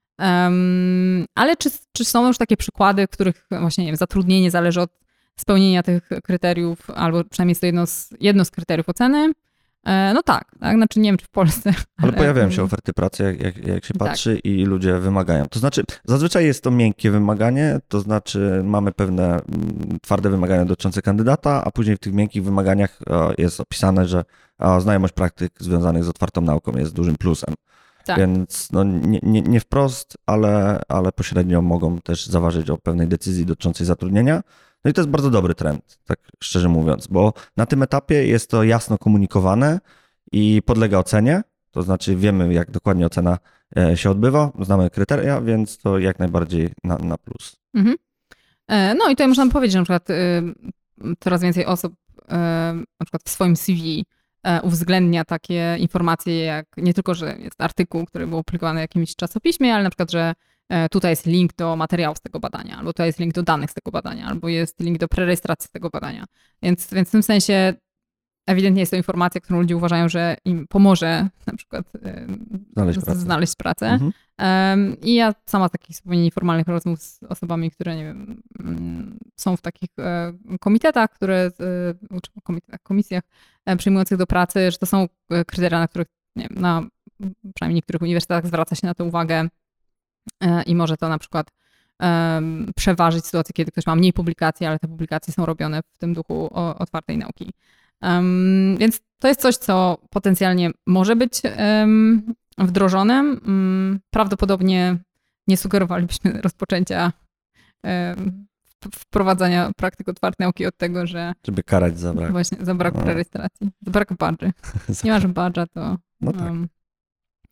Um, ale czy, czy są już takie przykłady, w których właśnie, nie wiem, zatrudnienie zależy od spełnienia tych kryteriów, albo przynajmniej jest to jedno z, jedno z kryteriów oceny? E, no tak, tak, znaczy nie wiem, czy w Polsce. Ale, ale pojawiają się oferty pracy, jak, jak, jak się patrzy tak. I ludzie wymagają. To znaczy, zazwyczaj jest to miękkie wymaganie, to znaczy mamy pewne twarde wymagania dotyczące kandydata, a później w tych miękkich wymaganiach jest opisane, że znajomość praktyk związanych z otwartą nauką jest dużym plusem. Tak. Więc no nie, nie, nie wprost, ale, ale pośrednio mogą też zaważyć o pewnej decyzji dotyczącej zatrudnienia. No i to jest bardzo dobry trend, tak szczerze mówiąc, bo na tym etapie jest to jasno komunikowane i podlega ocenie, to znaczy wiemy, jak dokładnie ocena się odbywa, znamy kryteria, więc to jak najbardziej na, na plus. Mhm. No i tutaj można powiedzieć, że na przykład coraz więcej osób na przykład w swoim C V uwzględnia takie informacje, jak nie tylko, że jest artykuł, który był opublikowany w jakimś czasopiśmie, ale na przykład, że tutaj jest link do materiału z tego badania, albo tutaj jest link do danych z tego badania, albo jest link do prerejestracji z tego badania. Więc, więc w tym sensie ewidentnie jest to informacja, którą ludzie uważają, że im pomoże na przykład znaleźć pracę. Znaleźć pracę. Mhm. Um, I ja sama z takich zupełnie nieformalnych rozmów z osobami, które nie wiem, są w takich komitetach, które, czy komitetach, komisjach przyjmujących do pracy, że to są kryteria, na których nie wiem, na przynajmniej w niektórych uniwersytetach zwraca się na to uwagę i może to na przykład um, przeważyć w sytuacji, kiedy ktoś ma mniej publikacji, ale te publikacje są robione w tym duchu o, otwartej nauki. Um, więc to jest coś, co potencjalnie może być um, wdrożone. Um, prawdopodobnie nie sugerowalibyśmy rozpoczęcia um, wprowadzania praktyk otwartej nauki od tego, że... Żeby karać za brak. Właśnie, za brak no. prerejestracji. Za brak badży. Nie masz badża, to... No tak. Um,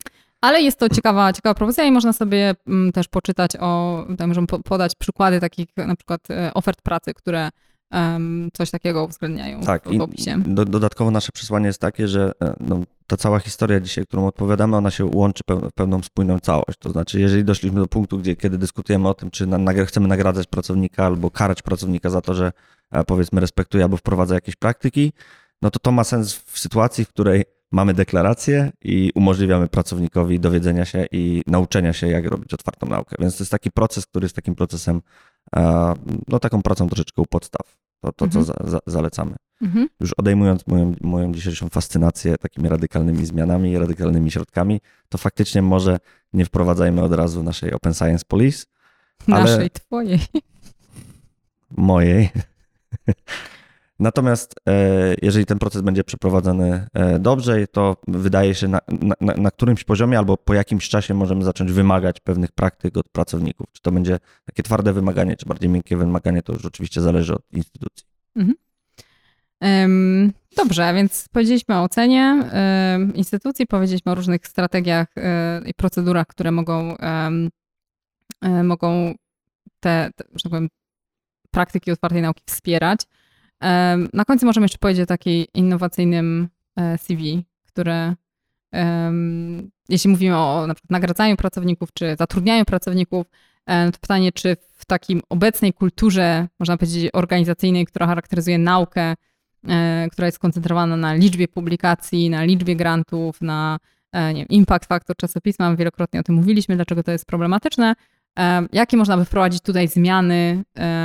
Ale jest to ciekawa, ciekawa propozycja i można sobie też poczytać o, tutaj możemy podać przykłady takich na przykład ofert pracy, które um, coś takiego uwzględniają tak, w, w opisie. Do, dodatkowo nasze przesłanie jest takie, że no, ta cała historia dzisiaj, którą odpowiadamy, ona się łączy w pełną spójną całość. To znaczy, jeżeli doszliśmy do punktu, gdzie kiedy dyskutujemy o tym, czy na, chcemy nagradzać pracownika albo karać pracownika za to, że powiedzmy respektuje albo wprowadza jakieś praktyki, no to to ma sens w sytuacji, w której mamy deklarację i umożliwiamy pracownikowi dowiedzenia się i nauczenia się, jak robić otwartą naukę. Więc to jest taki proces, który jest takim procesem, no taką pracą troszeczkę u podstaw. To, to mhm. co za, za, zalecamy. Mhm. Już odejmując moją, moją dzisiejszą fascynację takimi radykalnymi zmianami i radykalnymi środkami, to faktycznie może nie wprowadzajmy od razu naszej Open Science Police. Naszej, ale... twojej. Mojej. Natomiast jeżeli ten proces będzie przeprowadzony dobrze, to wydaje się na, na, na którymś poziomie albo po jakimś czasie możemy zacząć wymagać pewnych praktyk od pracowników. Czy to będzie takie twarde wymaganie, czy bardziej miękkie wymaganie, to już oczywiście zależy od instytucji. Mhm. Um, dobrze, więc powiedzieliśmy o ocenie um, instytucji, powiedzieliśmy o różnych strategiach um, i procedurach, które mogą, um, um, mogą te, te, że tak powiem, praktyki otwartej nauki wspierać. Na końcu możemy jeszcze powiedzieć o takim innowacyjnym C V, które jeśli mówimy o na przykład nagradzaniu pracowników czy zatrudnianiu pracowników, to pytanie, czy w takim obecnej kulturze, można powiedzieć, organizacyjnej, która charakteryzuje naukę, która jest skoncentrowana na liczbie publikacji, na liczbie grantów, na nie wiem, impact factor czasopisma, wielokrotnie o tym mówiliśmy, dlaczego to jest problematyczne, jakie można by wprowadzić tutaj zmiany,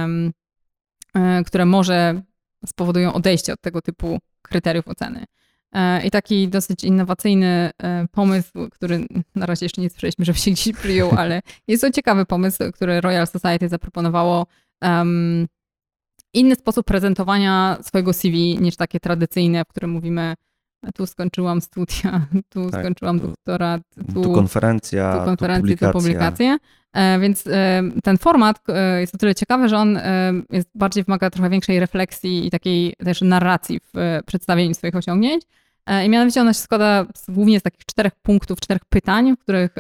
które może spowodują odejście od tego typu kryteriów oceny. I taki dosyć innowacyjny pomysł, który na razie jeszcze nie słyszeliśmy, żeby się gdzieś przyjął, ale jest to ciekawy pomysł, który Royal Society zaproponowało. Um, inny sposób prezentowania swojego C V niż takie tradycyjne, w którym mówimy, tu skończyłam studia, tu tak, skończyłam doktorat, tu, tu konferencja, tu, konferencja, tu publikacja. Tu publikacje. Więc ten format jest o tyle ciekawy, że on jest bardziej wymaga trochę większej refleksji i takiej też narracji w przedstawieniu swoich osiągnięć. I mianowicie ona się składa głównie z takich czterech punktów, czterech pytań, w których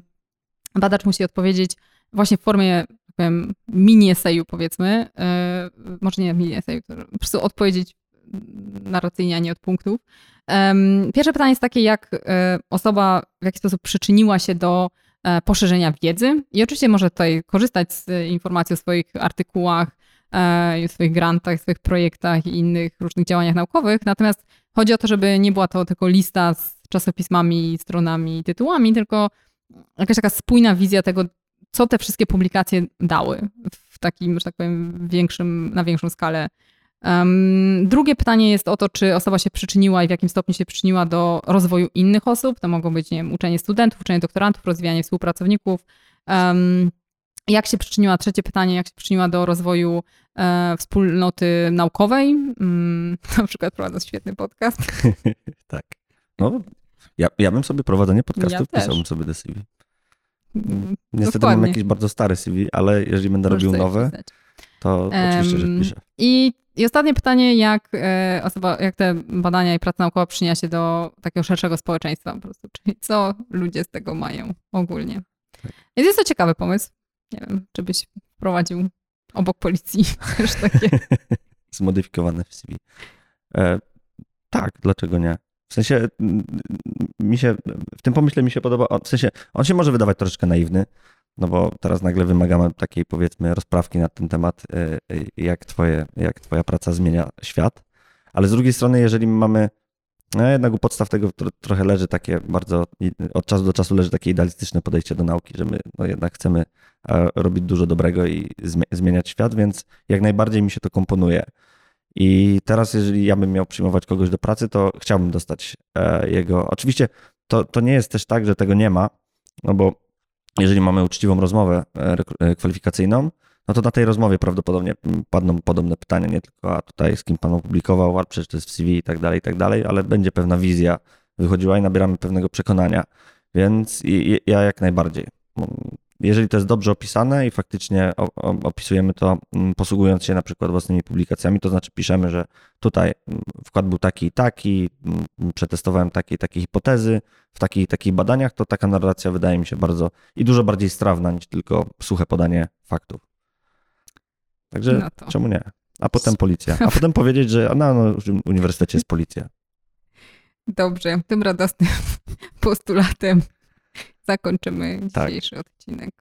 badacz musi odpowiedzieć właśnie w formie, tak powiem, mini eseju, powiedzmy. Może nie mini eseju, po prostu odpowiedzieć narracyjnie, a nie od punktów. Pierwsze pytanie jest takie, jak osoba w jaki sposób przyczyniła się do poszerzenia wiedzy i oczywiście może tutaj korzystać z informacji o swoich artykułach, w swoich grantach, swoich projektach i innych różnych działaniach naukowych, natomiast chodzi o to, żeby nie była to tylko lista z czasopismami, stronami, tytułami, tylko jakaś taka spójna wizja tego, co te wszystkie publikacje dały w takim, że tak powiem, większym, na większą skalę. Um, drugie pytanie jest o to, czy osoba się przyczyniła i w jakim stopniu się przyczyniła do rozwoju innych osób. To mogą być, nie wiem, uczenie studentów, uczenie doktorantów, rozwijanie współpracowników. Um, jak się przyczyniła, trzecie pytanie, jak się przyczyniła do rozwoju e, wspólnoty naukowej, um, na przykład prowadząc świetny podcast. Tak. No, ja, ja bym sobie prowadzenie podcastów ja pisałbym sobie do C V. Niestety Dokładnie. Mam jakiś bardzo stary C V, ale jeżeli będę Możesz robił nowe, pisać. to um, oczywiście, że piszę. I I ostatnie pytanie, jak osoba, jak te badania i praca naukowa przyczynia się do takiego szerszego społeczeństwa po prostu, czyli co ludzie z tego mają ogólnie. Więc jest to ciekawy pomysł. Nie wiem, czy byś wprowadził obok policji też takie. Zmodyfikowane w C V. E, tak, dlaczego nie? W sensie mi się, w tym pomyśle mi się podoba, w sensie on się może wydawać troszeczkę naiwny, no bo teraz nagle wymagamy takiej, powiedzmy, rozprawki na ten temat, jak, twoje, jak twoja praca zmienia świat. Ale z drugiej strony, jeżeli mamy, no jednak u podstaw tego trochę leży takie bardzo, od czasu do czasu leży takie idealistyczne podejście do nauki, że my no jednak chcemy robić dużo dobrego i zmieniać świat, więc jak najbardziej mi się to komponuje. I teraz, jeżeli ja bym miał przyjmować kogoś do pracy, to chciałbym dostać jego. Oczywiście to, to nie jest też tak, że tego nie ma, no bo jeżeli mamy uczciwą rozmowę kwalifikacyjną, no to na tej rozmowie prawdopodobnie padną podobne pytania, nie tylko a tutaj z kim pan opublikował, a przecież to jest w C V i tak dalej, i tak dalej, ale będzie pewna wizja wychodziła i nabieramy pewnego przekonania. Więc ja jak najbardziej. jeżeli to jest dobrze opisane i faktycznie opisujemy to posługując się na przykład własnymi publikacjami, to znaczy piszemy, że tutaj wkład był taki i taki, przetestowałem takie i takie hipotezy w takich i takich badaniach, to taka narracja wydaje mi się bardzo i dużo bardziej strawna niż tylko suche podanie faktów. Także no to... czemu nie? A potem policja. A potem powiedzieć, że na no, uniwersytecie jest policja. Dobrze, tym radosnym postulatem zakończymy dzisiejszy tak. odcinek.